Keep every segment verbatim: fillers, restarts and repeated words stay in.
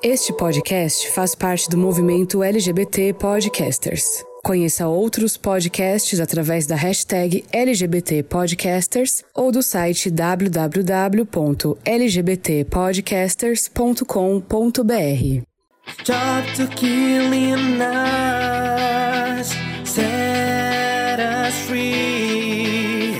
Este podcast faz parte do movimento L G B T Podcasters. Conheça outros podcasts através da hashtag L G B T Podcasters ou do site w w w ponto l g b t podcasters ponto com ponto b r. Stop to killing us, set us free,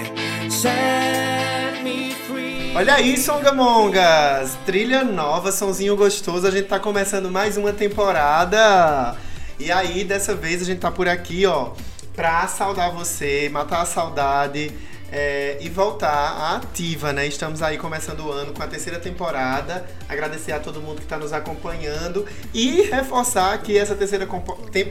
set me free. Olha aí, Songamongas! Trilha nova, sonzinho gostoso, a gente tá começando mais uma temporada. E aí, dessa vez, a gente tá por aqui, ó, pra saudar você, matar a saudade é, e voltar à ativa, né? Estamos aí começando o ano com a terceira temporada. Agradecer a todo mundo que tá nos acompanhando e reforçar que essa terceira... Compo- tem...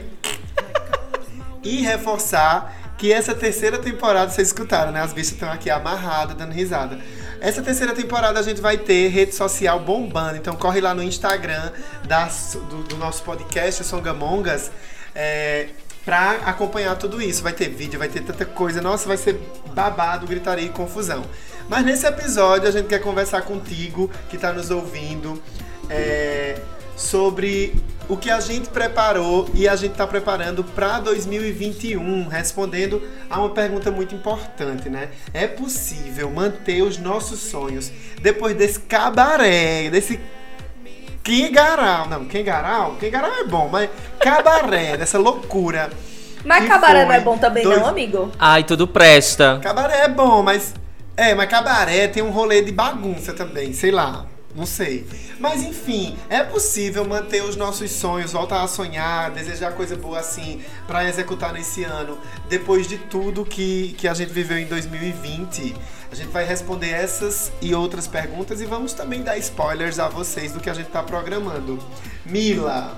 e reforçar que essa terceira temporada, vocês escutaram, né? As bichas estão aqui amarradas, dando risada. Essa terceira temporada a gente vai ter rede social bombando, então corre lá no Instagram das, do, do nosso podcast, Songamongas, é, pra acompanhar tudo isso. Vai ter vídeo, vai ter tanta coisa, nossa, vai ser babado, gritaria e confusão. Mas nesse episódio a gente quer conversar contigo, que tá nos ouvindo, é, sobre o que a gente preparou e a gente tá preparando para dois mil e vinte e um, respondendo a uma pergunta muito importante, né? É possível manter os nossos sonhos depois desse cabaré, desse quengaral, não, quengaral, quengaral é bom, mas cabaré, dessa loucura. Mas cabaré não é bom também dois... não, amigo? Ai, tudo presta. Cabaré é bom, mas... É, mas cabaré tem um rolê de bagunça também, sei lá. Não sei. Mas enfim, é possível manter os nossos sonhos, voltar a sonhar, desejar coisa boa assim pra executar nesse ano, depois de tudo que, que a gente viveu em dois mil e vinte. A gente vai responder essas e outras perguntas e vamos também dar spoilers a vocês do que a gente tá programando. Mila!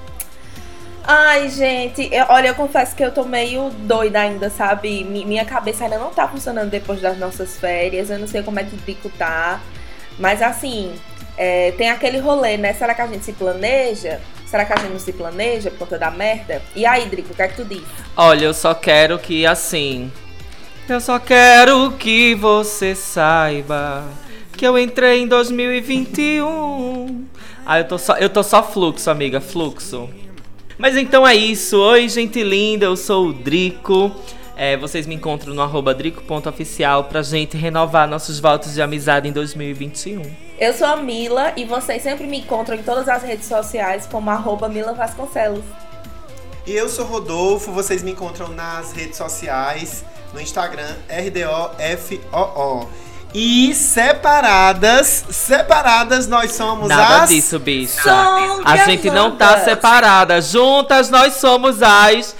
Ai, gente, eu, olha, eu confesso que eu tô meio doida ainda, sabe? Minha cabeça ainda não tá funcionando depois das nossas férias, eu não sei como é que o Drico tá. Mas assim, é, tem aquele rolê, né? Será que a gente se planeja? Será que a gente não se planeja por conta da merda? E aí, Drico, o que é que tu diz? Olha, eu só quero que assim... Eu só quero que você saiba que eu entrei em dois mil e vinte e um. Ah, eu tô só, eu tô só fluxo, amiga, fluxo. Mas então é isso. Oi, gente linda, eu sou o Drico. É, vocês me encontram no arroba drico ponto oficial pra gente renovar nossos votos de amizade em dois mil e vinte e um. Eu sou a Mila e vocês sempre me encontram em todas as redes sociais como arroba Mila Vasconcelos. E eu sou Rodolfo, vocês me encontram nas redes sociais, no Instagram, R D O F O O. E separadas, separadas nós somos Nada as... disso, bicha. Songamongas. A gente não tá separada. Juntas nós somos as...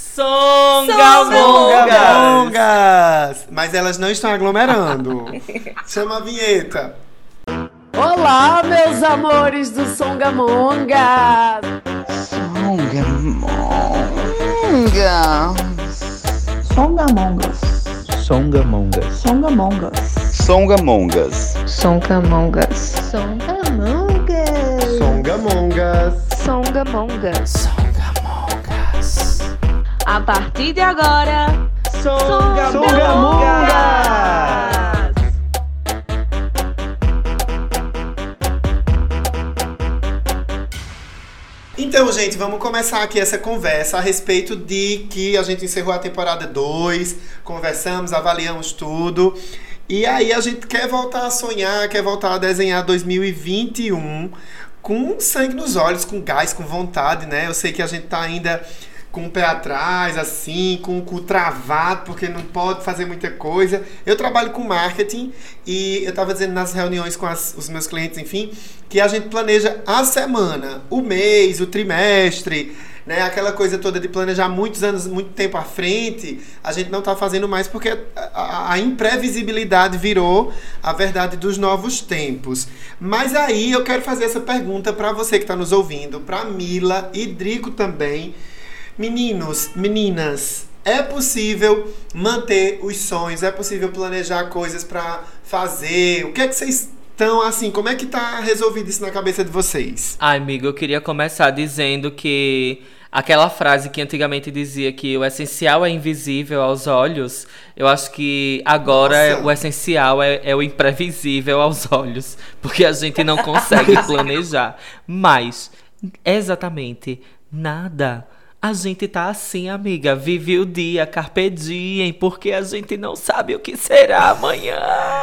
Songamongas! Mas elas não estão aglomerando. Chama a vinheta. Olá, meus amores do Songamongas! Songamongas. Songamongas. Songamongas. Songamongas. Songamongas. Songamongas. Songamongas. Songamongas. Songamongas. A partir de agora, Songamongas! Então, gente, vamos começar aqui essa conversa a respeito de que a gente encerrou a temporada dois, conversamos, avaliamos tudo. E aí a gente quer voltar a sonhar, quer voltar a desenhar dois mil e vinte e um com sangue nos olhos, com gás, com vontade, né? Eu sei que a gente tá ainda com o pé atrás, assim, com o cu travado, porque não pode fazer muita coisa. Eu trabalho com marketing e eu tava dizendo nas reuniões com as, os meus clientes, enfim, que a gente planeja a semana, o mês, o trimestre, né? Aquela coisa toda de planejar muitos anos, muito tempo à frente, a gente não tá fazendo mais porque a, a, a imprevisibilidade virou a verdade dos novos tempos. Mas aí eu quero fazer essa pergunta para você que tá nos ouvindo, para Mila e Drico também. Meninos, meninas, é possível manter os sonhos, é possível planejar coisas pra fazer? O que é que vocês estão, assim, como é que tá resolvido isso na cabeça de vocês? Ai, amigo, eu queria começar dizendo que aquela frase que antigamente dizia que o essencial é invisível aos olhos, eu acho que agora é, o essencial é, é o imprevisível aos olhos, porque a gente não consegue planejar. Mas, exatamente, nada. A gente tá assim, amiga, vive o dia, carpe diem, porque a gente não sabe o que será amanhã.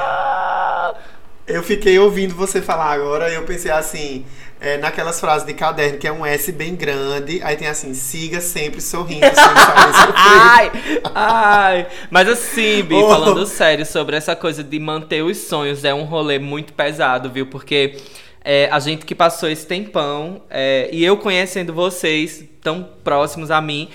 Eu fiquei ouvindo você falar agora e eu pensei assim, é, naquelas frases de caderno, que é um S bem grande, aí tem assim, siga sempre sorrindo, sem saber sofrer. Ai, ai. Mas assim, Bi, Oh. falando sério sobre essa coisa de manter os sonhos, é um rolê muito pesado, viu? Porque é, a gente que passou esse tempão, é, e eu conhecendo vocês, tão próximos a mim,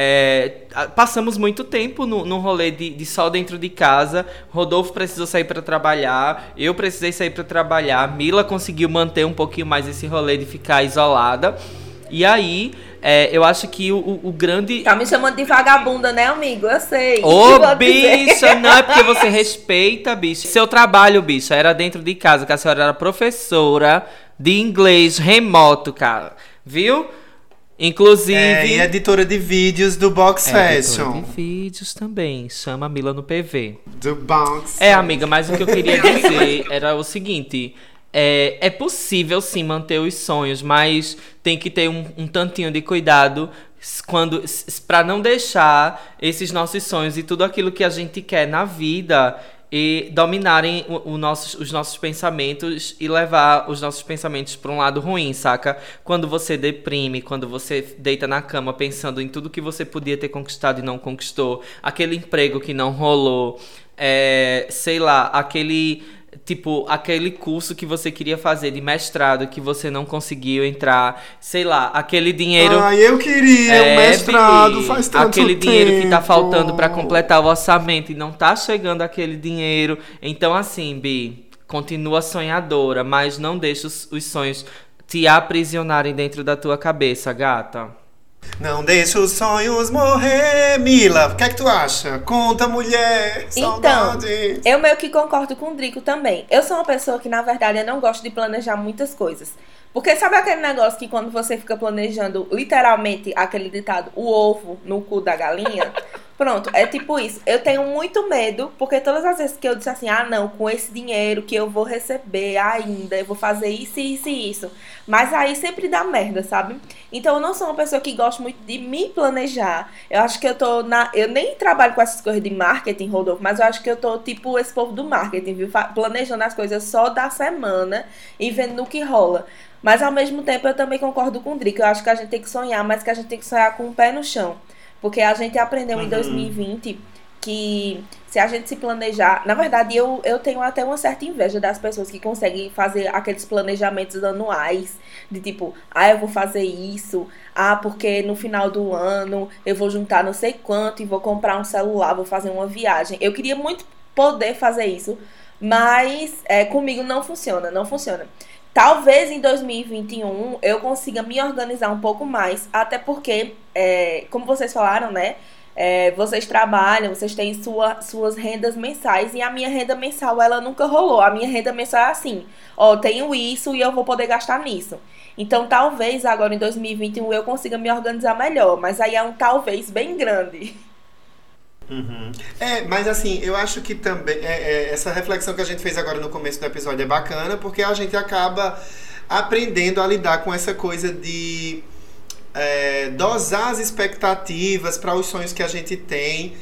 é, a- passamos muito tempo no, no rolê de, de só dentro de casa. Rodolfo precisou sair pra trabalhar, eu precisei sair pra trabalhar, Mila conseguiu manter um pouquinho mais esse rolê de ficar isolada. E aí, é, eu acho que o, o, o grande... Tá me chamando de vagabunda, né, amigo? Eu sei. Ô, Vou dizer. bicha, não é porque você respeita, bicha. Seu trabalho, bicha, era dentro de casa, que a senhora era professora de inglês remoto, cara. Viu? Inclusive... É, e editora de vídeos do Box É, Fashion. editora de vídeos também. Chama a Mila no P V. Do Box É, amiga, mas o que eu queria dizer era o seguinte... É, é possível, sim, manter os sonhos, mas tem que ter um, um tantinho de cuidado quando, para não deixar esses nossos sonhos e tudo aquilo que a gente quer na vida e dominarem o, o nossos, os nossos pensamentos e levar os nossos pensamentos para um lado ruim, saca? Quando você deprime, quando você deita na cama pensando em tudo que você podia ter conquistado e não conquistou, aquele emprego que não rolou, é, sei lá, aquele... Tipo, aquele curso que você queria fazer de mestrado que você não conseguiu entrar, sei lá, aquele dinheiro... Ai, eu queria É, um mestrado, Bi, faz tanto aquele tempo. dinheiro que tá faltando pra completar o orçamento e não tá chegando aquele dinheiro. Então, assim, Bi, continua sonhadora, mas não deixa os, os sonhos te aprisionarem dentro da tua cabeça, gata. Não deixa os sonhos morrer, Mila. O que é que tu acha? Conta, mulher. Então, Saudade. eu meio que concordo com o Drico também. Eu sou uma pessoa que, na verdade, eu não gosto de planejar muitas coisas. Porque sabe aquele negócio que quando você fica planejando, literalmente, aquele ditado, o ovo no cu da galinha? Pronto, é tipo isso. Eu tenho muito medo, porque todas as vezes que eu disse assim, ah, não, com esse dinheiro que eu vou receber ainda, eu vou fazer isso, isso e isso. Mas aí sempre dá merda, sabe? Então eu não sou uma pessoa que gosta muito de me planejar. Eu acho que eu tô na... Eu nem trabalho com essas coisas de marketing, Rodolfo, mas eu acho que eu tô tipo esse povo do marketing, viu? Fa- Planejando as coisas só da semana e vendo no que rola. Mas ao mesmo tempo eu também concordo com o Drico. Eu acho que a gente tem que sonhar, mas que a gente tem que sonhar com o pé no chão. Porque a gente aprendeu em dois mil e vinte que se a gente se planejar... Na verdade, eu, eu tenho até uma certa inveja das pessoas que conseguem fazer aqueles planejamentos anuais. De tipo, ah, eu vou fazer isso. Ah, porque no final do ano eu vou juntar não sei quanto e vou comprar um celular, vou fazer uma viagem. Eu queria muito poder fazer isso, mas é, comigo não funciona, não funciona. Talvez em dois mil e vinte e um eu consiga me organizar um pouco mais, até porque, é, como vocês falaram, né? É, vocês trabalham, vocês têm sua, suas rendas mensais e a minha renda mensal, ela nunca rolou. A minha renda mensal é assim, ó, tenho isso e eu vou poder gastar nisso. Então, talvez agora em dois mil e vinte e um eu consiga me organizar melhor, mas aí é um talvez bem grande. Uhum. É, mas assim, eu acho que também é, é, essa reflexão que a gente fez agora no começo do episódio é bacana, porque a gente acaba aprendendo a lidar com essa coisa de é, dosar as expectativas para os sonhos que a gente tem.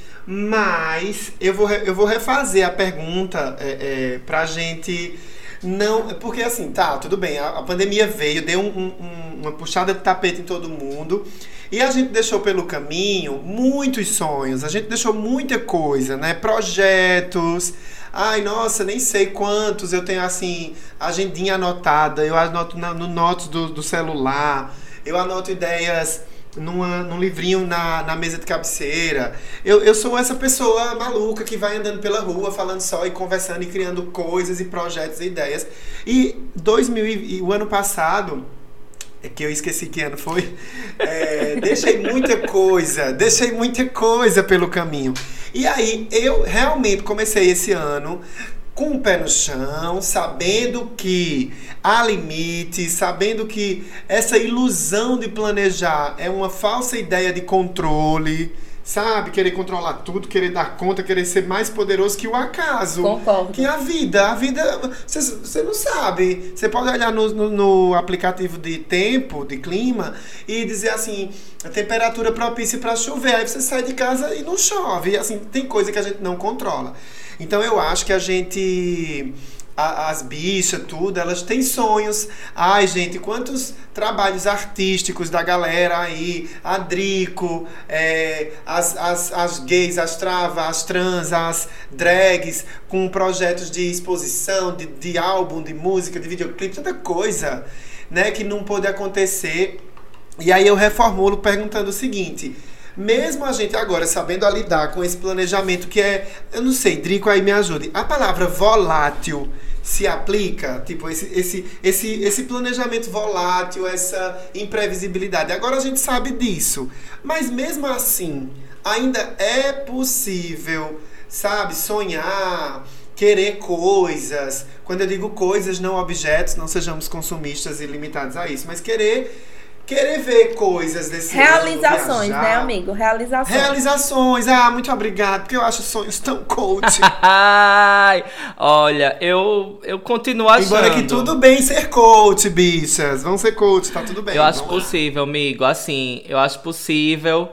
Mas eu vou, eu vou refazer a pergunta é, é, pra gente não... Porque assim, tá, tudo bem, a, a pandemia veio, deu um, um, uma puxada de tapete em todo mundo. E a gente deixou pelo caminho muitos sonhos, a gente deixou muita coisa, né? Projetos. Ai, nossa, nem sei quantos eu tenho, assim, agendinha anotada. Eu anoto na, no notes do, do celular. Eu anoto ideias numa, num livrinho na, na mesa de cabeceira. Eu, eu sou essa pessoa maluca que vai andando pela rua, falando só e conversando e criando coisas e projetos e ideias. E, dois mil e, o ano passado... É que eu esqueci que ano foi. É, deixei muita coisa, deixei muita coisa pelo caminho. E aí, eu realmente comecei esse ano com o pé no chão, sabendo que há limites, sabendo que essa ilusão de planejar é uma falsa ideia de controle, sabe? Querer controlar tudo, querer dar conta, querer ser mais poderoso que o acaso. Concordo. Que a vida, a vida, você, você não sabe. Você pode olhar no, no, no aplicativo de tempo, de clima, e dizer assim, a temperatura propícia para chover. Aí você sai de casa e não chove. Assim, tem coisa que a gente não controla. Então eu acho que a gente, a, as bichas, tudo, elas têm sonhos. Ai, gente, quantos trabalhos artísticos da galera aí, a Drico, é, as, as, as gays, as travas, as trans, as drags, com projetos de exposição, de, de álbum, de música, de videoclipe, tanta coisa, né, que não pôde acontecer. E aí eu reformulo perguntando o seguinte: mesmo a gente agora sabendo a lidar com esse planejamento que é, eu não sei, Drico aí me ajude, a palavra volátil se aplica? Tipo, esse, esse, esse, esse planejamento volátil, essa imprevisibilidade. Agora a gente sabe disso. Mas mesmo assim, ainda é possível, sabe, sonhar, querer coisas. Quando eu digo coisas, não objetos, não sejamos consumistas e limitados a isso, mas querer... Querer ver coisas desse Realizações, ano, né, amigo? Realizações. Realizações. Ah, muito obrigado, porque eu acho sonhos tão coach. Ai, olha, eu, eu continuo achando. Embora que tudo bem ser coach, bichas. Vão ser coach, tá tudo bem. Eu acho Vamos possível, amigo. Assim, eu acho possível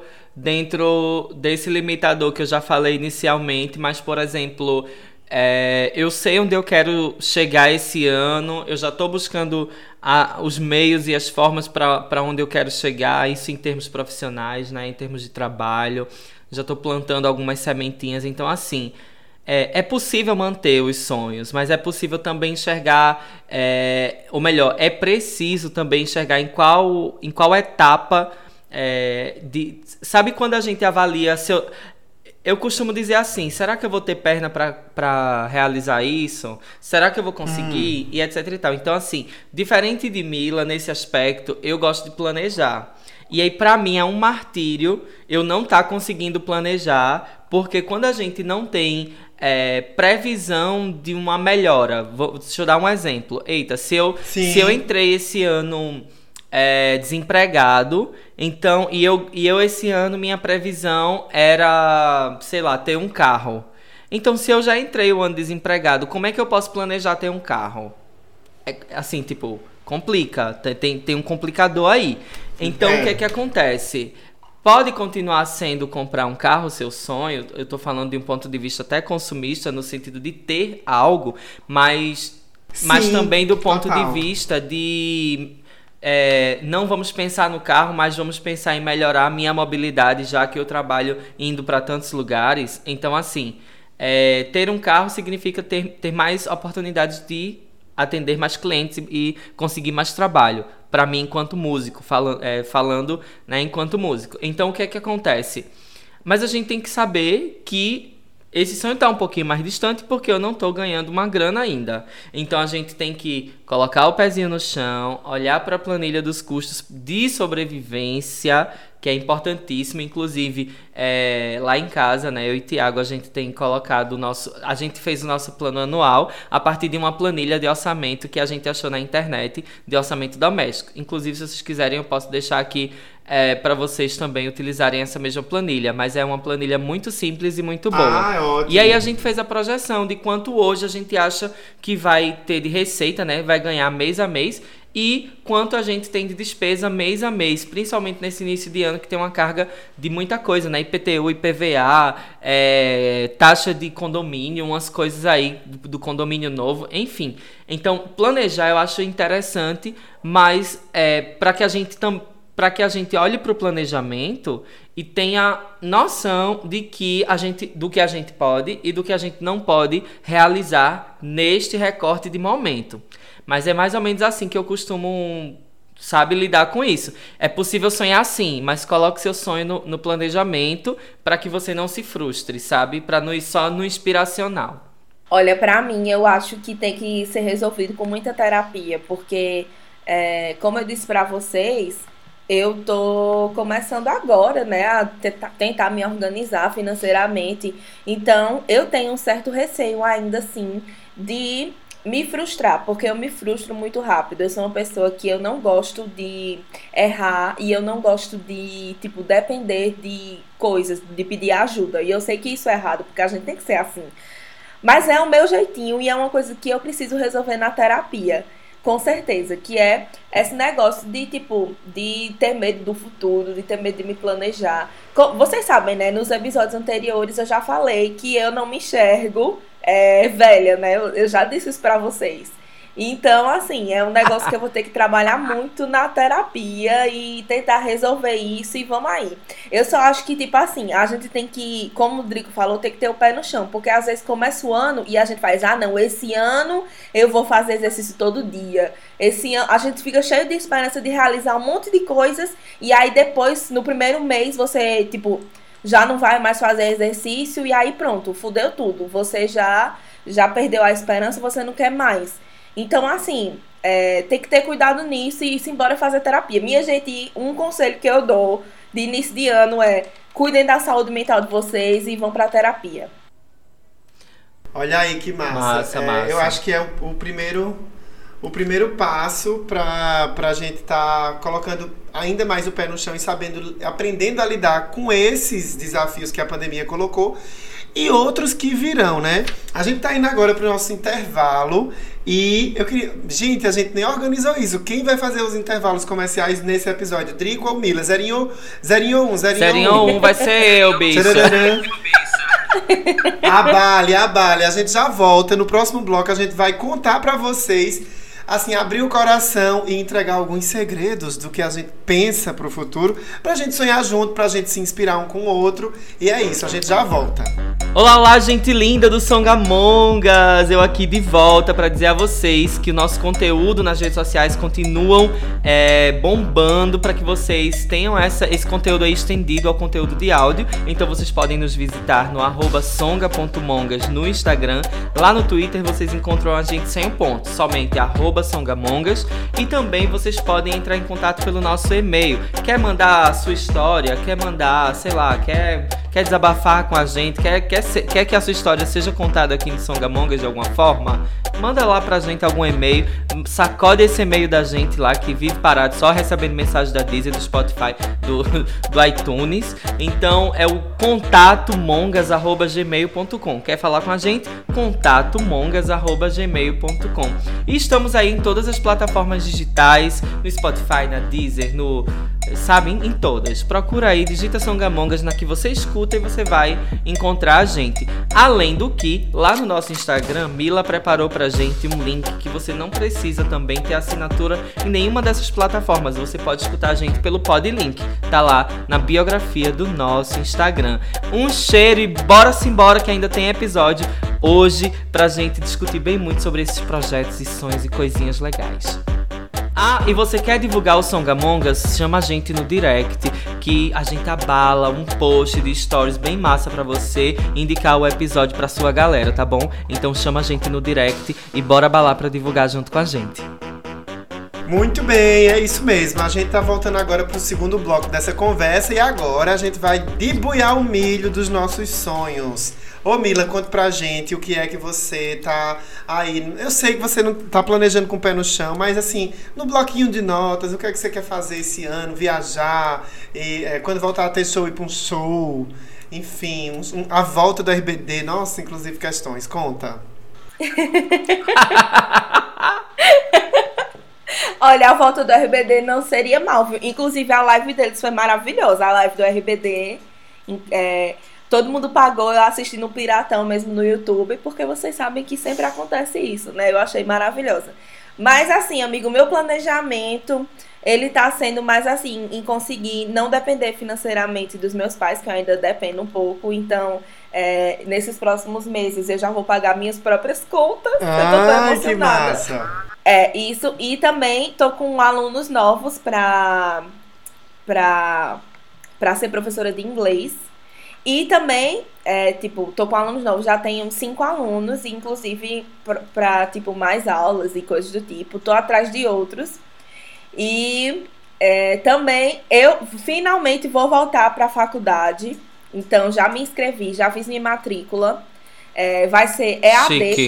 dentro desse limitador que eu já falei inicialmente. Mas, por exemplo... É, eu sei onde eu quero chegar esse ano, eu já estou buscando a, os meios e as formas para onde eu quero chegar, isso em termos profissionais, né, em termos de trabalho, já estou plantando algumas sementinhas, então assim, é, é possível manter os sonhos, mas é possível também enxergar, é, ou melhor, é preciso também enxergar em qual, em qual etapa, é, de, sabe quando a gente avalia se eu... Eu costumo dizer assim, será que eu vou ter perna para realizar isso? Será que eu vou conseguir? Hum. E etc e tal. Então, assim, diferente de Mila, nesse aspecto, eu gosto de planejar. E aí, pra mim, é um martírio eu não estar tá conseguindo planejar, porque quando a gente não tem é, previsão de uma melhora... Vou, deixa eu dar um exemplo. Eita, se eu, se eu entrei esse ano... É, desempregado, então, e eu, e eu esse ano, minha previsão era, sei lá, ter um carro. Então, se eu já entrei o ano desempregado, como é que eu posso planejar ter um carro? É, assim, tipo, complica, tem, tem um complicador aí. Então, é. O que é que acontece? Pode continuar sendo comprar um carro seu sonho, eu tô falando de um ponto de vista até consumista, no sentido de ter algo, mas, Sim, mas também do ponto total. de vista de... É, não vamos pensar no carro, mas vamos pensar em melhorar a minha mobilidade, já que eu trabalho indo para tantos lugares. Então, assim, é, ter um carro significa ter, ter mais oportunidades de atender mais clientes e conseguir mais trabalho. Para mim, enquanto músico, fala, é, falando né, enquanto músico. Então, o que é que acontece? Mas a gente tem que saber que esse sonho está um pouquinho mais distante porque eu não estou ganhando uma grana ainda. Então a gente tem que colocar o pezinho no chão, olhar para a planilha dos custos de sobrevivência, que é importantíssimo. Inclusive, é, lá em casa, né, eu e Thiago, a gente tem colocado o nosso... A gente fez o nosso plano anual a partir de uma planilha de orçamento que a gente achou na internet, de orçamento doméstico. Inclusive, se vocês quiserem, eu posso deixar aqui é, para vocês também utilizarem essa mesma planilha. Mas é uma planilha muito simples e muito boa. Ah, é ótimo. E aí a gente fez a projeção de quanto hoje a gente acha que vai ter de receita, né? Vai ganhar mês a mês. E quanto a gente tem de despesa mês a mês, principalmente nesse início de ano que tem uma carga de muita coisa, né? I P T U, I P V A, é, taxa de condomínio, umas coisas aí do, do condomínio novo, enfim. Então, planejar eu acho interessante, mas é, para que a gente tam, para que a gente olhe para o planejamento e tenha noção de que a gente, do que a gente pode e do que a gente não pode realizar neste recorte de momento. Mas é mais ou menos assim que eu costumo, sabe, lidar com isso. É possível sonhar sim, mas coloque seu sonho no, no planejamento para que você não se frustre, sabe? Para não ir só no inspiracional. Olha, pra mim, eu acho que tem que ser resolvido com muita terapia, porque, é, como eu disse pra vocês, eu tô começando agora, né, a tentar, tentar me organizar financeiramente. Então, eu tenho um certo receio ainda assim de me frustrar, porque eu me frustro muito rápido. Eu sou uma pessoa que eu não gosto de errar e eu não gosto de, tipo, depender de coisas, de pedir ajuda. E eu sei que isso é errado, porque a gente tem que ser assim. Mas é o meu jeitinho e é uma coisa que eu preciso resolver na terapia. Com certeza, que é esse negócio de, tipo, de ter medo do futuro, de ter medo de me planejar. Vocês sabem, né, nos episódios anteriores eu já falei que eu não me enxergo é, velha, né, eu, eu já disse isso pra vocês. Então, assim, é um negócio que eu vou ter que trabalhar muito na terapia e tentar resolver isso e vamos aí. Eu só acho que, tipo assim, a gente tem que, como o Drico falou, tem que ter o pé no chão. Porque às vezes começa o ano e a gente faz, ah, não, esse ano eu vou fazer exercício todo dia. Esse ano, a gente fica cheio de esperança de realizar um monte de coisas e aí depois, no primeiro mês, você, tipo, já não vai mais fazer exercício e aí pronto, fudeu tudo. Você já, já perdeu a esperança, você não quer mais. Então, assim, é, tem que ter cuidado nisso e ir embora fazer terapia. Minha gente, um conselho que eu dou de início de ano é: cuidem da saúde mental de vocês e vão pra terapia. Olha aí que massa. Massa, é, massa. Eu acho que é o, o primeiro... O primeiro passo para a gente estar tá colocando ainda mais o pé no chão e sabendo, aprendendo a lidar com esses desafios que a pandemia colocou e outros que virão, né? A gente tá indo agora para o nosso intervalo e eu queria... Gente, a gente nem organizou isso. Quem vai fazer os intervalos comerciais nesse episódio? Drico ou Mila? Zerinho, zerinho um, zerinho, Zerinho um. um vai ser eu, bicho. Abale, abale. A gente já volta. No próximo bloco a gente vai contar para vocês, assim, abrir o coração e entregar alguns segredos do que a gente pensa pro futuro, pra gente sonhar junto, pra gente se inspirar um com o outro. E é isso, a gente já volta. Olá, olá, gente linda do Songamongas! Eu aqui de volta pra dizer a vocês que o nosso conteúdo nas redes sociais continuam é, bombando pra que vocês tenham essa, esse conteúdo aí estendido ao conteúdo de áudio. Então vocês podem nos visitar no arroba songa ponto mongas no Instagram. Lá no Twitter vocês encontram a gente sem o ponto, somente arroba Songamongas, e também vocês podem entrar em contato pelo nosso e-mail. Quer mandar a sua história, quer mandar, sei lá, quer, quer desabafar com a gente, quer, quer, ser, quer que a sua história seja contada aqui no Songamongas de alguma forma? Manda lá pra gente algum e-mail, sacode esse e-mail da gente lá que vive parado só recebendo mensagem da Deezer, do Spotify, do, do iTunes. Então é o contato mongas arroba gmail ponto com. Quer falar com a gente? contato mongas arroba gmail ponto com. E estamos aí em todas as plataformas digitais, no Spotify, na Deezer, no... sabe, em, em todas. Procura aí, digita Songamongas na que você escuta e você vai encontrar a gente. Além do que, lá no nosso Instagram, Mila preparou pra gente um link que você não precisa também ter assinatura em nenhuma dessas plataformas. Você pode escutar a gente pelo Podlink. Tá lá na biografia do nosso Instagram. Um cheiro e bora-se embora que ainda tem episódio hoje pra gente discutir bem muito sobre esses projetos e sonhos e coisinhas legais. Ah, e você quer divulgar o Songamongas? Chama a gente no direct, que a gente abala um post de stories bem massa pra você indicar o episódio pra sua galera, tá bom? Então chama a gente no direct e bora abalar pra divulgar junto com a gente. Muito bem, é isso mesmo. A gente tá voltando agora pro segundo bloco dessa conversa e agora a gente vai debulhar o milho dos nossos sonhos. Ô Mila, conta pra gente o que é que você tá aí. Eu sei que você não tá planejando com o pé no chão, mas assim, no bloquinho de notas, o que é que você quer fazer esse ano? Viajar, e, é, quando voltar a ter show, ir pra um show, enfim, um, um, a volta do R B D, nossa, inclusive questões, conta. Olha, a volta do R B D não seria mal, viu? Inclusive a live deles foi maravilhosa, a live do R B D, é... todo mundo pagou, eu assisti no Piratão mesmo no YouTube, porque vocês sabem que sempre acontece isso, né? Eu achei maravilhosa. Mas assim, amigo, meu planejamento, ele tá sendo mais assim, em conseguir não depender financeiramente dos meus pais, que eu ainda dependo um pouco. Então, é, nesses próximos meses, eu já vou pagar minhas próprias contas. Ah, eu tô tão emocionada. Que massa! É, isso. E também tô com alunos novos pra, pra, pra ser professora de inglês. E também, é, tipo, tô com alunos novos, já tenho cinco alunos, inclusive pra, pra, tipo, mais aulas e coisas do tipo. Tô atrás de outros. E é, também, eu finalmente vou voltar pra faculdade. Então, já me inscrevi, já fiz minha matrícula. É, vai ser E A D. Chique.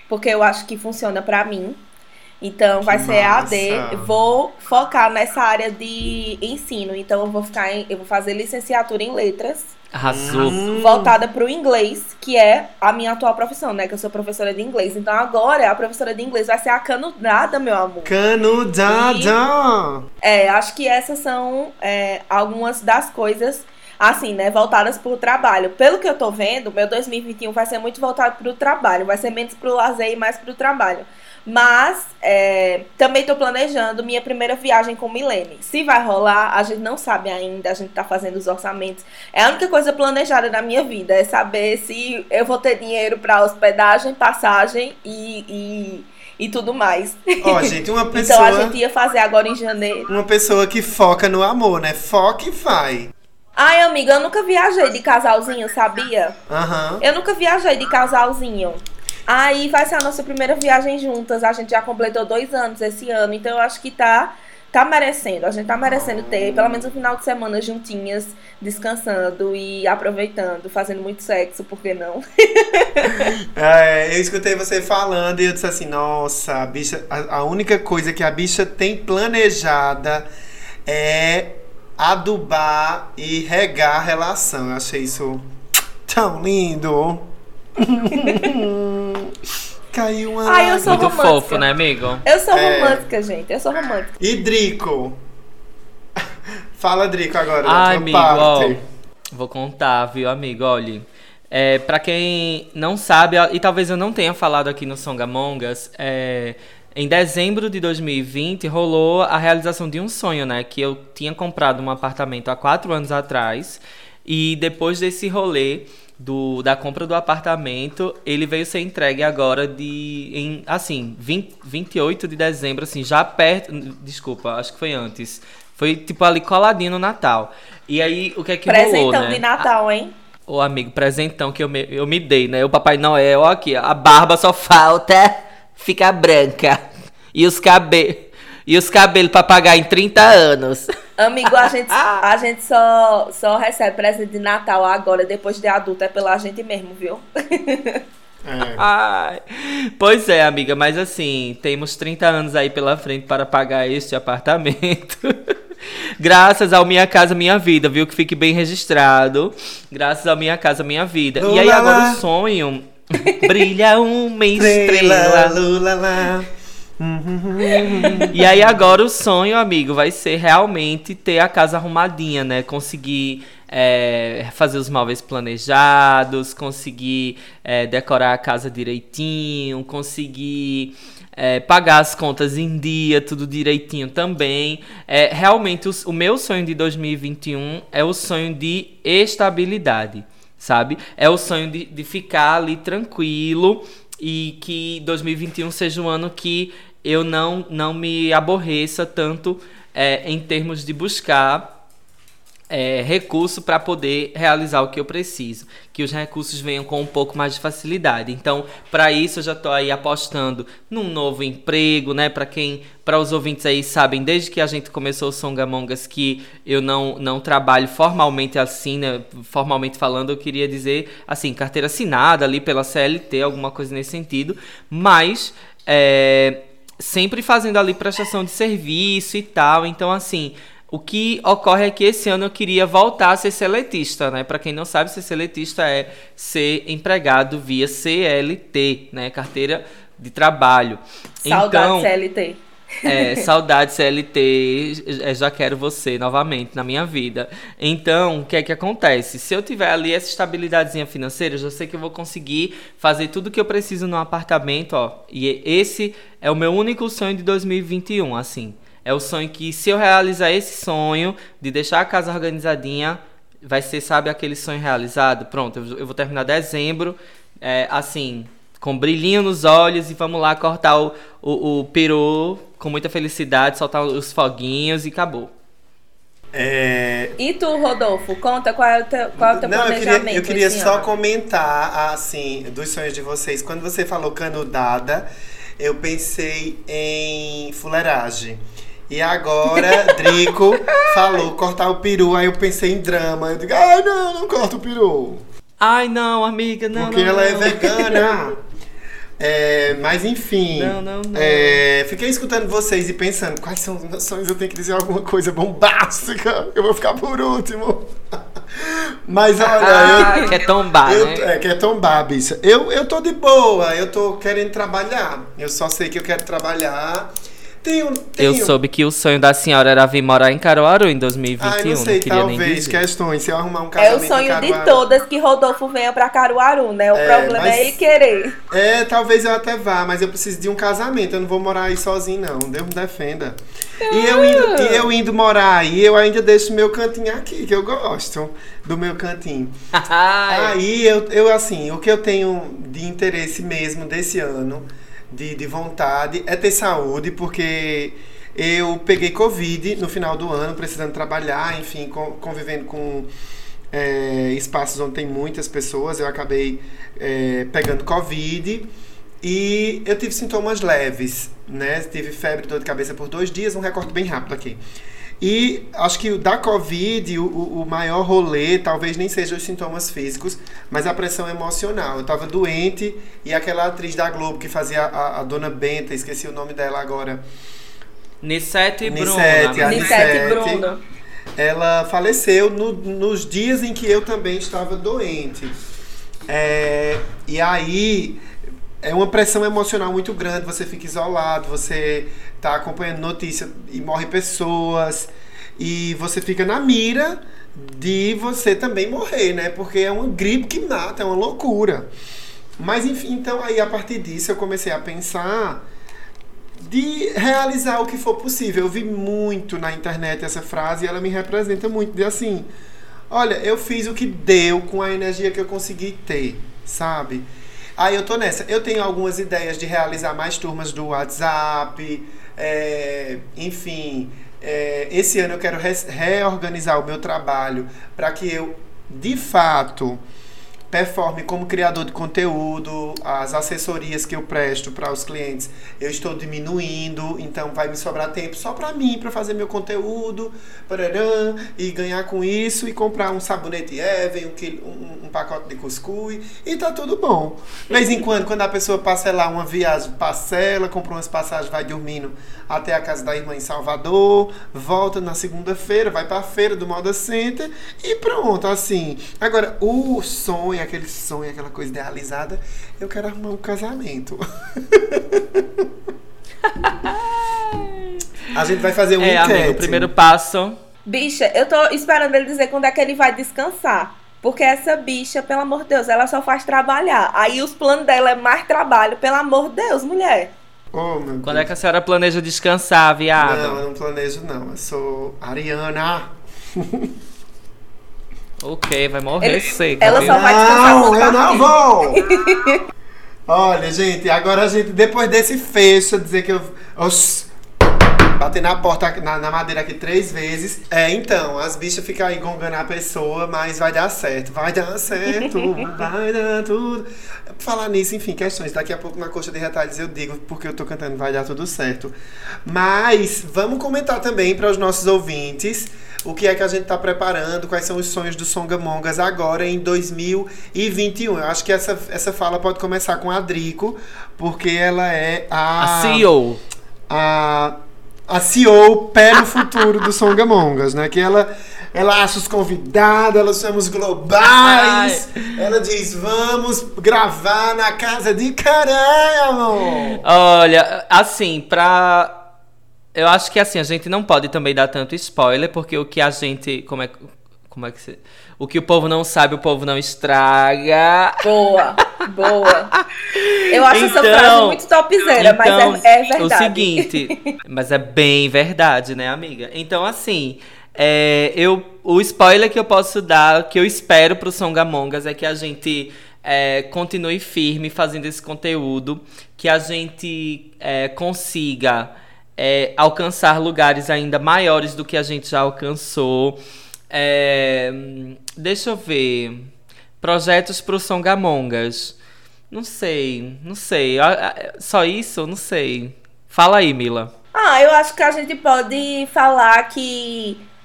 porque eu acho que funciona pra mim. Então, vai Que ser E A D. massa. Vou focar nessa área de ensino. Então, eu vou ficar em, eu vou fazer licenciatura em letras, Arrasou. voltada para o inglês, que é a minha atual profissão, né? Que eu sou professora de inglês. Então, agora, a professora de inglês vai ser a canudada, meu amor. Canudada! É, acho que essas são é, algumas das coisas, assim, né, voltadas para o trabalho. Pelo que eu tô vendo, meu dois mil e vinte e um vai ser muito voltado para o trabalho. Vai ser menos para o lazer e mais para o trabalho. Mas é, também tô planejando minha primeira viagem com Milene. Se vai rolar, a gente não sabe ainda. A gente tá fazendo os orçamentos. É a única coisa planejada na minha vida. É saber se eu vou ter dinheiro para hospedagem, passagem e... e... e tudo mais. Ó, gente, uma pessoa... Então a gente ia fazer agora em janeiro. Uma pessoa que foca no amor, né? Foca e vai. Ai, amiga, eu nunca viajei de casalzinho, sabia? Aham. Eu nunca viajei de casalzinho. Aí vai ser a nossa primeira viagem juntas. A gente já completou dois anos esse ano. Então eu acho que tá, tá merecendo. A gente tá merecendo ter pelo menos um final de semana juntinhas, descansando e aproveitando, fazendo muito sexo, por que não? É, eu escutei você falando e eu disse assim, nossa, a bicha, a, a única coisa que a bicha tem planejada é adubar e regar a relação. Eu achei isso tão lindo. Caiu uma Ai, eu sou Muito romântica. fofo, né, amigo? Eu sou É. romântica, gente. Eu sou romântica. E Drico? Fala, Drico, agora. Ai, da tua amigo, ó, parte. vou contar, viu, amigo? Olha, é, pra quem não sabe, e talvez eu não tenha falado aqui no Songamongas, é, em dezembro de dois mil e vinte rolou a realização de um sonho, né? Que eu tinha comprado um apartamento há quatro anos atrás, e depois desse rolê do, da compra do apartamento, ele veio ser entregue agora de, em, assim, vinte, vinte e oito de dezembro, assim, já perto, desculpa, acho que foi antes, foi tipo ali coladinho no Natal. E aí, o que é que rolou, Presentão né? de Natal, hein? Ô, amigo, presentão que eu me, eu me dei, né? O Papai Noel, ó aqui, a barba só falta ficar branca. E os cabelos, e os cabelos pra pagar em trinta anos. Amigo, a gente, a gente só, só recebe presente de Natal agora, depois de adulto, é pela gente mesmo, viu? É. Ai, pois é, amiga, mas assim, temos trinta anos aí pela frente para pagar este apartamento. Graças ao Minha Casa Minha Vida, viu? Que fique bem registrado. Graças ao Minha Casa Minha Vida. E aí agora o sonho... Brilha uma estrela. Lula, lá. E aí agora o sonho, amigo, vai ser realmente ter a casa arrumadinha, né? Conseguir é, fazer os móveis planejados, conseguir é, decorar a casa direitinho, conseguir é, pagar as contas em dia, tudo direitinho também. É, realmente o, o meu sonho de dois mil e vinte e um é o sonho de estabilidade, sabe? É o sonho de, de ficar ali tranquilo e que dois mil e vinte e um seja um ano que eu não, não me aborreça tanto é, em termos de buscar é, recurso para poder realizar o que eu preciso. Que os recursos venham com um pouco mais de facilidade. Então, para isso, eu já estou aí apostando num novo emprego, né? Para quem, para os ouvintes aí sabem, desde que a gente começou o Songamongas, que eu não, não trabalho formalmente assim, né? Formalmente falando, eu queria dizer, assim, carteira assinada ali pela C L T, alguma coisa nesse sentido. Mas... É, sempre fazendo ali prestação de serviço e tal. Então, assim, o que ocorre é que esse ano eu queria voltar a ser seletista, né? Para quem não sabe, ser seletista é ser empregado via C L T, né? Carteira de trabalho. Saudade então, C L T. É, saudade C L T, já quero você novamente na minha vida. Então, o que é que acontece? Se eu tiver ali essa estabilidadezinha financeira, eu já sei que eu vou conseguir fazer tudo o que eu preciso no apartamento, ó. E esse é o meu único sonho de dois mil e vinte e um, assim. É o sonho que, se eu realizar esse sonho de deixar a casa organizadinha, vai ser, sabe, aquele sonho realizado? Pronto, eu vou terminar dezembro, é, assim... com brilhinho nos olhos e vamos lá cortar o, o, o peru com muita felicidade, soltar os foguinhos e acabou. É... E tu, Rodolfo, conta qual é o teu, qual é o teu Não, eu planejamento queria, eu queria esse só ano? comentar, assim, dos sonhos de vocês. Quando você falou canudada, eu pensei em fuleiragem. E agora, Drico falou cortar o peru, aí eu pensei em drama. Eu digo, ai não, não corta o peru. Ai, não, amiga, não, Porque não, ela é não. vegana. É, mas enfim, Não, não, não. é, fiquei escutando vocês e pensando, quais são os meus sonhos? Eu tenho que dizer alguma coisa bombástica, eu vou ficar por último. Mas olha, Ah, eu, quer tombar, eu, né? é, quer tombar, bicha. Eu, eu tô de boa, eu tô querendo trabalhar. Eu só sei que eu quero trabalhar. Tenho, tenho... Eu soube que o sonho da senhora era vir morar em Caruaru em dois mil e vinte e um. Ai, não sei, queria nem talvez, dizer. questões. Se eu arrumar um É casamento o sonho em de Caruaru- todas que Rodolfo venha pra Caruaru, né? O É, problema mas- é ele querer. É, talvez eu até vá, mas eu preciso de um casamento. Eu não vou morar aí sozinho, não. Deus me defenda. E eu indo, e eu indo morar aí, eu ainda deixo meu cantinho aqui, que eu gosto do meu cantinho. Ai, Aí, eu, eu, assim, o que eu tenho de interesse mesmo desse ano, de, de vontade, é ter saúde, porque eu peguei Covid no final do ano, precisando trabalhar, enfim, con- convivendo com é, espaços onde tem muitas pessoas. Eu acabei é, pegando Covid e eu tive sintomas leves, né? Tive febre, dor de cabeça por dois dias, um recorte bem rápido aqui. E acho que o da Covid, o, o maior rolê, talvez nem seja os sintomas físicos, mas a pressão emocional. Eu tava doente e aquela atriz da Globo que fazia a, a Dona Benta, esqueci o nome dela agora. Nissete Bruno. Nissete, a amiga. Nissete Nissete. Bruno. Ela faleceu no- nos dias em que eu também estava doente. É, e aí é uma pressão emocional muito grande, você fica isolado, você tá acompanhando notícia e morre pessoas, e você fica na mira de você também morrer, né? Porque é uma gripe que mata, é uma loucura. Mas enfim, então aí a partir disso eu comecei a pensar de realizar o que for possível. Eu vi muito na internet essa frase e ela me representa muito, de assim, olha, eu fiz o que deu com a energia que eu consegui ter, sabe? Aí eu tô nessa. Eu tenho algumas ideias de realizar mais turmas do WhatsApp, é, enfim, é, esse ano eu quero re- reorganizar o meu trabalho para que eu, de fato, performe como criador de conteúdo. As assessorias que eu presto para os clientes, eu estou diminuindo, então vai me sobrar tempo só para mim, para fazer meu conteúdo, parará, e ganhar com isso, e comprar um sabonete Even, um, quilo- um, um pacote de cuscuz, e tá tudo bom. De vez em quando, quando a pessoa parcelar uma viagem, parcela, compra umas passagens, vai dormindo até a casa da irmã em Salvador, volta na segunda-feira, vai pra feira do Moda Center e pronto, assim. Agora, o sonho, aquele sonho, aquela coisa idealizada, eu quero arrumar um casamento. A gente vai fazer um É, enquete. amigo, o primeiro passo. Bicha, eu tô esperando ele dizer quando é que ele vai descansar. Porque essa bicha, pelo amor de Deus, ela só faz trabalhar. Aí os planos dela é mais trabalho, pelo amor de Deus, mulher. Oh, meu Quando é Deus. que a senhora planeja descansar, viado? Não, eu não planejo, não. Eu sou Ariana. Ok, vai morrer Ele- seca. ela viu? só vai descansar Não, quando eu não partir. vou! Olha, gente, agora a gente, depois desse fecho, dizer que eu... Oxi, bater na porta, na, na madeira aqui três vezes. É, então, as bichas ficam aí gongando a pessoa, mas vai dar certo. Vai dar certo, vai dar tudo. Falar nisso, enfim, questões. Daqui a pouco na coxa de retalhos eu digo, porque eu tô cantando vai dar tudo certo. Mas vamos comentar também para os nossos ouvintes o que é que a gente tá preparando, quais são os sonhos do Songamongas agora em dois mil e vinte e um. Eu acho que essa, essa fala pode começar com a Drico, porque ela é a... A C E O. a, a C E O pé no futuro do Songamongas, né? Que ela, ela acha os convidados, ela chama os globais, ela diz, vamos gravar na casa de caralho, amor. Olha, assim, pra... Eu acho que assim, a gente não pode também dar tanto spoiler, porque o que a gente... Como é, como é que se... O que o povo não sabe, o povo não estraga. Boa, boa. Eu acho essa Então- frase muito topzera, Então, mas é, é verdade. O seguinte, mas é bem verdade, né, amiga? Então, assim, é, eu, o spoiler que eu posso dar, que eu espero pro Songamongas, é que a gente é, continue firme fazendo esse conteúdo, que a gente é, consiga é, alcançar lugares ainda maiores do que a gente já alcançou. É, deixa eu ver. Projetos pro Songamongas. Não sei, não sei. Ah, ah, Só isso? Não sei. Fala aí, Mila. Ah, eu acho que a gente pode falar que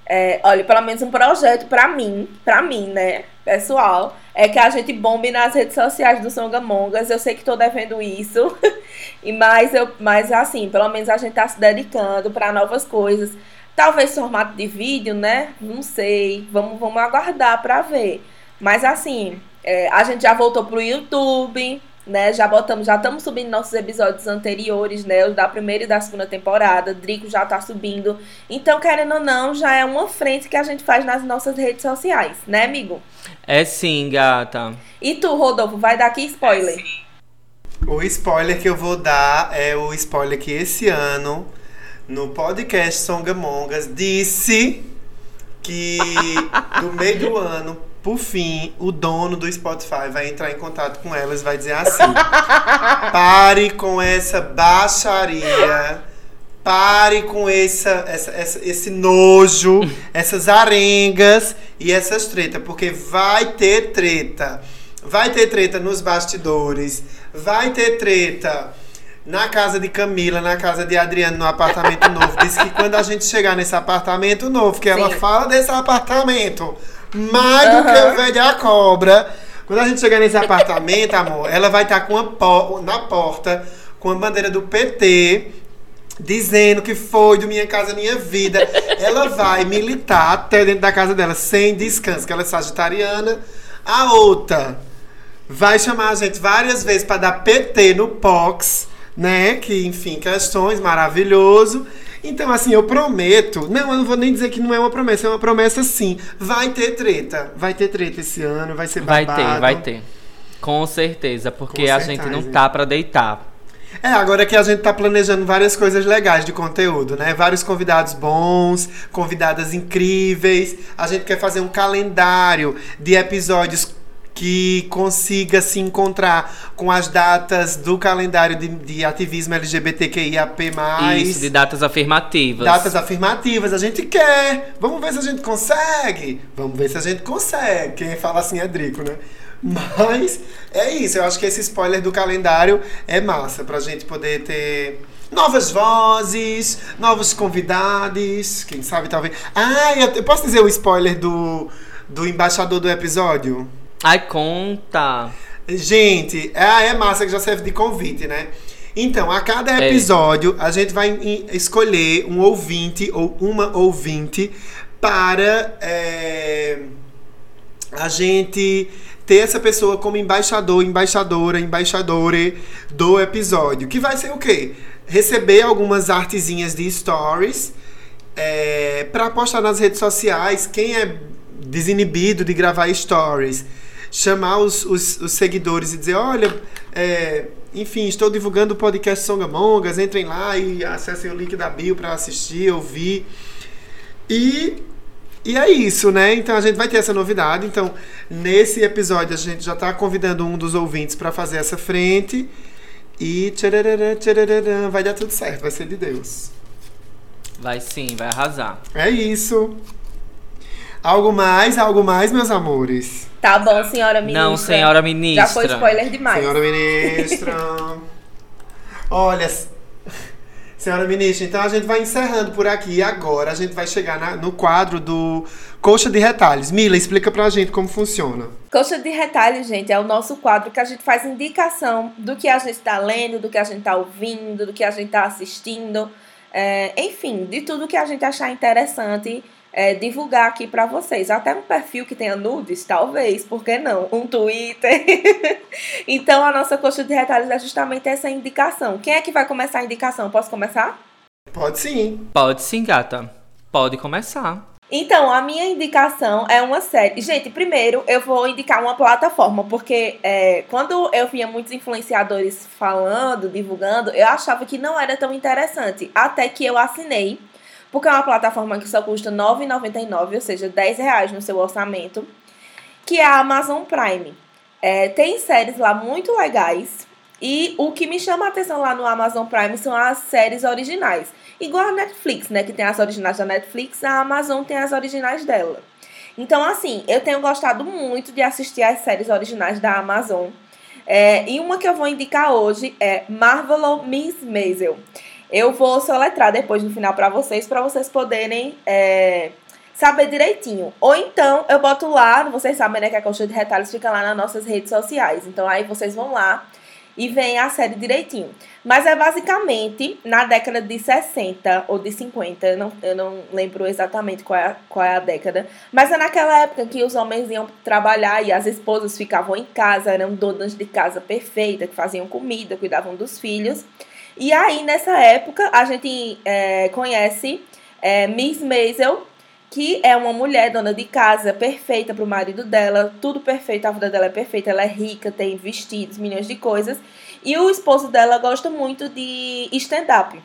É, olha, pelo menos um projeto pra mim, pra mim, né, pessoal, é que a gente bombe nas redes sociais do Songamongas. Eu sei que tô devendo isso, e mas, eu, mas assim, pelo menos a gente tá se dedicando pra novas coisas. Talvez formato de vídeo, né? Não sei. Vamos, vamos aguardar pra ver. Mas assim, é, a gente já voltou pro YouTube, né? Já botamos, já estamos subindo nossos episódios anteriores, né? Os da primeira e da segunda temporada. Drico já tá subindo. Então, querendo ou não, já é uma frente que a gente faz nas nossas redes sociais, né, amigo? É sim, gata. E tu, Rodolfo, vai dar aqui spoiler? O spoiler que eu vou dar é o spoiler que esse ano, no podcast Songamongas, disse que no meio do ano, por fim, o dono do Spotify vai entrar em contato com elas e vai dizer assim: pare com essa baixaria, pare com essa, essa, essa, esse nojo, essas arengas e essas tretas, porque vai ter treta. Vai ter treta nos bastidores, vai ter treta na casa de Camila, na casa de Adriano, no apartamento novo. Diz que quando a gente chegar nesse apartamento novo, que ela Sim. fala desse apartamento mais do que o velho da cobra. Quando a gente chegar nesse apartamento, amor, ela vai estar com a po- na porta com a bandeira do P T, dizendo que foi do Minha Casa Minha Vida. Ela vai militar até dentro da casa dela, sem descanso, que ela é sagitariana. A outra vai chamar a gente várias vezes para dar P T no Pox, né? Que, enfim, questões, maravilhoso. Então, assim, eu prometo... Não, eu não vou nem dizer que não é uma promessa, é uma promessa sim. Vai ter treta. Vai ter treta esse ano, vai ser Vai babado. ter, vai ter. Com certeza, porque Com a certeza. gente não tá pra deitar. É, agora que a gente tá planejando várias coisas legais de conteúdo, né? Vários convidados bons, convidadas incríveis. A gente quer fazer um calendário de episódios que consiga se encontrar com as datas do calendário de, de ativismo L G B T Q I A P mais. Isso, de datas afirmativas. Datas afirmativas, a gente quer. Vamos ver se a gente consegue. Vamos ver se a gente consegue. Quem fala assim é Drico, né? Mas é isso, eu acho que esse spoiler do calendário é massa pra gente poder ter novas vozes, novos convidados, quem sabe talvez. Ah, eu, eu posso dizer o spoiler do, do embaixador do episódio? Ai, conta. Gente, é, é massa que já serve de convite, né? Então, a cada episódio, a gente vai em- escolher um ouvinte ou uma ouvinte para é, a gente ter essa pessoa como embaixador, embaixadora, embaixadore do episódio. Que vai ser o quê? Receber algumas artezinhas de stories é, para postar nas redes sociais. Quem é desinibido de gravar stories, chamar os, os, os seguidores e dizer, olha, é, enfim, estou divulgando o podcast Songamongas, entrem lá e acessem o link da bio para assistir, ouvir. E, e é isso, né? Então a gente vai ter essa novidade. Então, nesse episódio, a gente já está convidando um dos ouvintes para fazer essa frente. E tchararã, tchararã, vai dar tudo certo, vai ser de Deus. Vai sim, vai arrasar. É isso. Algo mais, algo mais, meus amores? Tá bom, senhora ministra. Não, senhora ministra. Já foi spoiler demais. Senhora ministra. Olha, senhora ministra, então a gente vai encerrando por aqui. Agora a gente vai chegar na- no quadro do Coxa de Retalhos. Mila, explica pra gente como funciona. Coxa de Retalho, gente, é o nosso quadro que a gente faz indicação do que a gente tá lendo, do que a gente tá ouvindo, do que a gente tá assistindo. É, enfim, de tudo que a gente achar interessante é, divulgar aqui pra vocês. Até um perfil que tenha nudes, talvez, por que não? Um Twitter. Então, a nossa Coxa de Retalhos é justamente essa indicação. Quem é que vai começar a indicação? Posso começar? Pode sim. Pode sim, gata. Pode começar. Então, a minha indicação é uma série. Gente, primeiro eu vou indicar uma plataforma, porque é, quando eu via muitos influenciadores falando, divulgando, eu achava que não era tão interessante. Até que eu assinei, porque é uma plataforma que só custa nove reais e noventa e nove centavos, ou seja, dez reais no seu orçamento, que é a Amazon Prime. É, tem séries lá muito legais. E o que me chama a atenção lá no Amazon Prime são as séries originais. Igual a Netflix, né? Que tem as originais da Netflix, a Amazon tem as originais dela. Então, assim, eu tenho gostado muito de assistir as séries originais da Amazon. É, e uma que eu vou indicar hoje é Marvelous Miss Maisel. Eu vou soletrar depois no final pra vocês, pra vocês poderem é, saber direitinho. Ou então, eu boto lá, vocês sabem, né, que a Coxa de Retalhos fica lá nas nossas redes sociais. Então, aí vocês vão lá e veem a série direitinho. Mas é basicamente na década de sessenta ou de cinquenta, eu não, eu não lembro exatamente qual é, a, qual é a década. Mas é naquela época que os homens iam trabalhar e as esposas ficavam em casa, eram donas de casa perfeita, que faziam comida, cuidavam dos filhos. E aí, nessa época, a gente é, conhece é, Miss Maisel, que é uma mulher dona de casa, perfeita pro marido dela, tudo perfeito, a vida dela é perfeita, ela é rica, tem vestidos, milhões de coisas, e o esposo dela gosta muito de stand-up.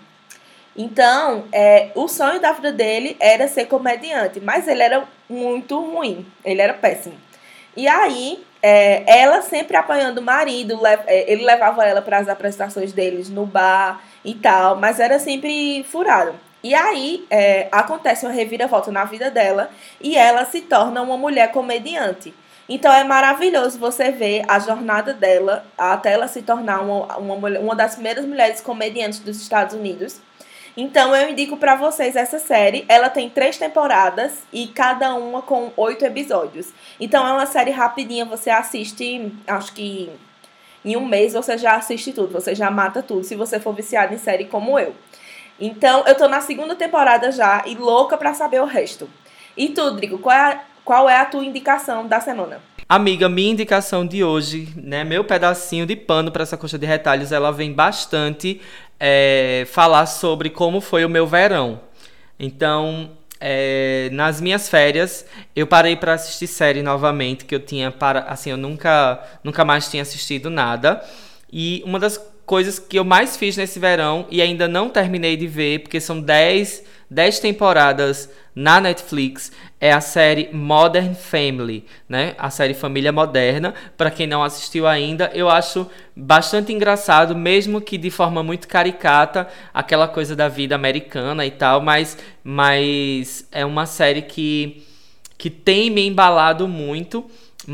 Então, é, o sonho da vida dele era ser comediante, mas ele era muito ruim, ele era péssimo. E aí, é, ela sempre apanhando o marido, ele levava ela para as apresentações deles no bar e tal, mas era sempre furado. E aí, é, acontece uma reviravolta na vida dela e ela se torna uma mulher comediante. Então, é maravilhoso você ver a jornada dela até ela se tornar uma, uma, uma das primeiras mulheres comediantes dos Estados Unidos. Então, eu indico pra vocês essa série. Ela tem três temporadas e cada uma com oito episódios. Então, é uma série rapidinha, você assiste, acho que em um mês você já assiste tudo, você já mata tudo, se você for viciado em série como eu. Então, eu tô na segunda temporada já e louca pra saber o resto. E tu, Drigo, qual é a, qual é a tua indicação da semana? Amiga, minha indicação de hoje, né, meu pedacinho de pano pra essa coxa de retalhos, ela vem bastante é, falar sobre como foi o meu verão. Então, é, nas minhas férias, eu parei pra assistir série novamente, que eu tinha, para, assim, eu nunca, nunca mais tinha assistido nada. E uma das coisas que eu mais fiz nesse verão e ainda não terminei de ver, porque são dez temporadas na Netflix, é a série Modern Family, né? A série Família Moderna. Para quem não assistiu ainda, eu acho bastante engraçado, mesmo que de forma muito caricata, aquela coisa da vida americana e tal, mas, mas é uma série que, que tem me embalado muito.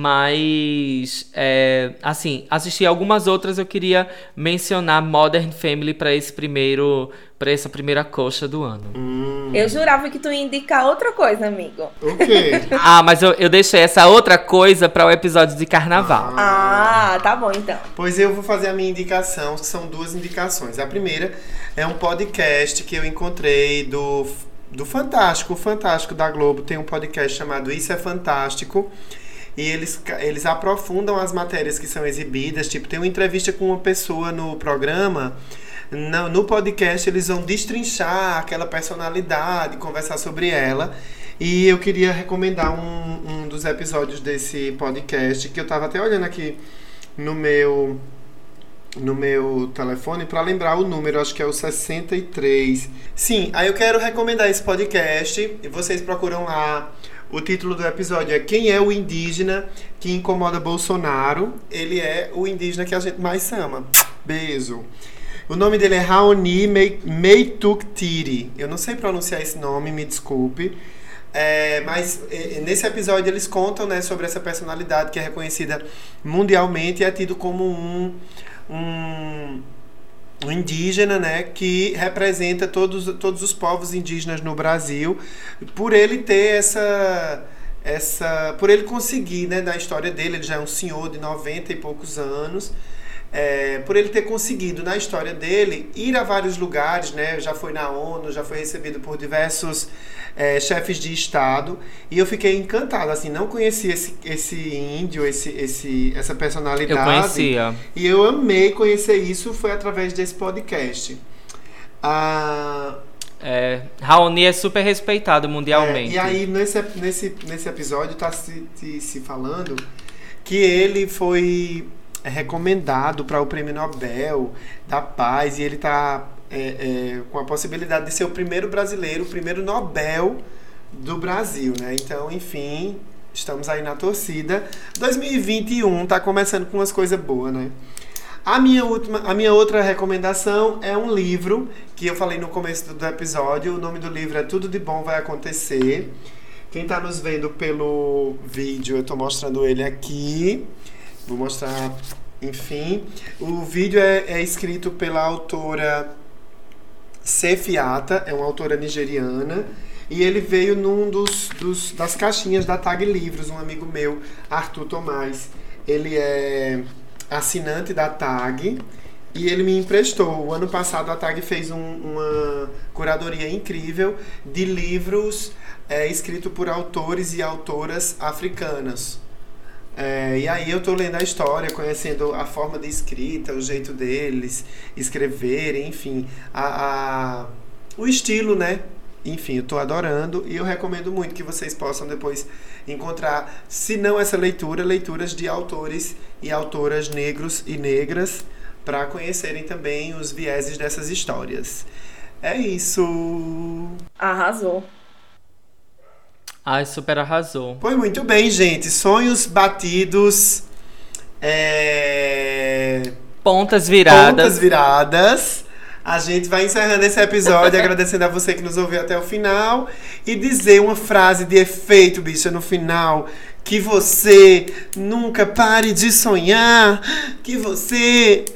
Mas, é, assim, assisti algumas outras, eu queria mencionar Modern Family para esse primeiro, para essa primeira coxa do ano. Hum. Eu jurava que tu ia indicar outra coisa, amigo. O quê? Ah, mas eu, eu deixei essa outra coisa para o episódio de carnaval. Ah. ah, tá bom então. Pois eu vou fazer a minha indicação, que são duas indicações. A primeira é um podcast que eu encontrei do, do Fantástico. O Fantástico da Globo tem um podcast chamado Isso é Fantástico. E eles, eles aprofundam as matérias que são exibidas. Tipo, tem uma entrevista com uma pessoa no programa. No, no podcast, eles vão destrinchar aquela personalidade, conversar sobre ela. E eu queria recomendar um, um dos episódios desse podcast, que eu tava até olhando aqui no meu, no meu telefone para lembrar o número, acho que é o sessenta e três. Sim, aí eu quero recomendar esse podcast. E vocês procuram lá. O título do episódio é Quem é o indígena que incomoda Bolsonaro? Ele é o indígena que a gente mais ama. Beijo. O nome dele é Raoni Meituktiri. Eu não sei pronunciar esse nome, me desculpe. É, mas é, nesse episódio eles contam, né, sobre essa personalidade que é reconhecida mundialmente e é tido como um... um um indígena, né, que representa todos, todos os povos indígenas no Brasil, por ele ter essa, essa, por ele conseguir, né, na história dele, ele já é um senhor de noventa e poucos anos, é, por ele ter conseguido, na história dele, ir a vários lugares, né, já foi na ONU, já foi recebido por diversos é, chefes de Estado, e eu fiquei encantado, assim, não conhecia esse, esse índio, esse, esse, essa personalidade. Eu conhecia. E eu amei conhecer isso, foi através desse podcast. Ah... É, Raoni é super respeitado mundialmente. É, e aí, nesse, nesse, nesse episódio, tá se, se, se falando que ele foi recomendado para o Prêmio Nobel da Paz, e ele tá é, é, com a possibilidade de ser o primeiro brasileiro, o primeiro Nobel do Brasil, né? Então, enfim, estamos aí na torcida. dois mil e vinte e um tá começando com umas coisas boas, né? A minha, última, a minha outra recomendação é um livro que eu falei no começo do episódio. O nome do livro é Tudo de Bom Vai Acontecer. Quem tá nos vendo pelo vídeo, eu tô mostrando ele aqui. Vou mostrar, enfim. O vídeo é, é escrito pela autora Sefiata, é uma autora nigeriana. E ele veio num dos, dos das caixinhas da Tag Livros, um amigo meu, Arthur Tomás. Ele é assinante da Tag e ele me emprestou. O ano passado a Tag fez um, uma curadoria incrível de livros é, escritos por autores e autoras africanas. É, e aí eu tô lendo a história, conhecendo a forma de escrita, o jeito deles escreverem, enfim, a, a, o estilo, né? Enfim, eu tô adorando e eu recomendo muito que vocês possam depois encontrar, se não essa leitura, leituras de autores e autoras negros e negras para conhecerem também os vieses dessas histórias. É isso! Arrasou. Ai, super arrasou. Foi muito bem, gente. Sonhos batidos. É... Pontas viradas. Pontas viradas. A gente vai encerrando esse episódio agradecendo a você que nos ouviu até o final e dizer uma frase de efeito, bicha, no final, que você nunca pare de sonhar, que você...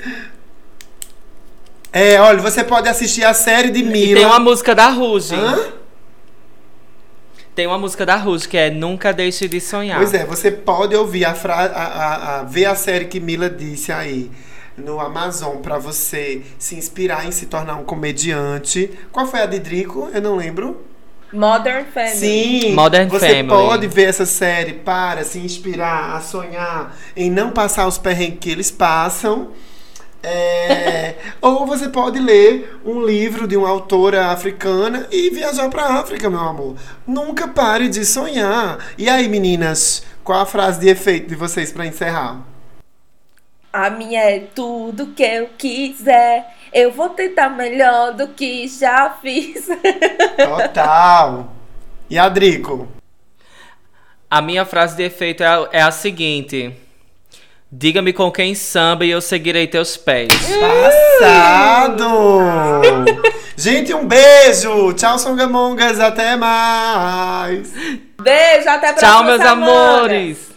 É, olha, você pode assistir a série de Mila. E tem uma música da Ruge. Hã? Tem uma música da Ruge que é Nunca Deixe de Sonhar. Pois é, você pode ouvir a frase, a, a, a, ver a série que Mila disse aí no Amazon pra você se inspirar em se tornar um comediante. Qual foi a de Drico? Eu não lembro. Modern Family. Sim, Modern você Family. pode ver essa série para se inspirar a sonhar em não passar os perrengues que eles passam. É, ou você pode ler um livro de uma autora africana e viajar pra África, meu amor. Nunca pare de sonhar. E aí, meninas, qual a frase de efeito de vocês pra encerrar? A minha é tudo que eu quiser. Eu vou tentar melhor do que já fiz. Total. E a Drico? A minha frase de efeito é a, é a seguinte: diga-me com quem samba e eu seguirei teus pés. Passado! Gente, um beijo! Tchau, Songamongas, até mais! Beijo, até a próxima Tchau, meus semana. amores!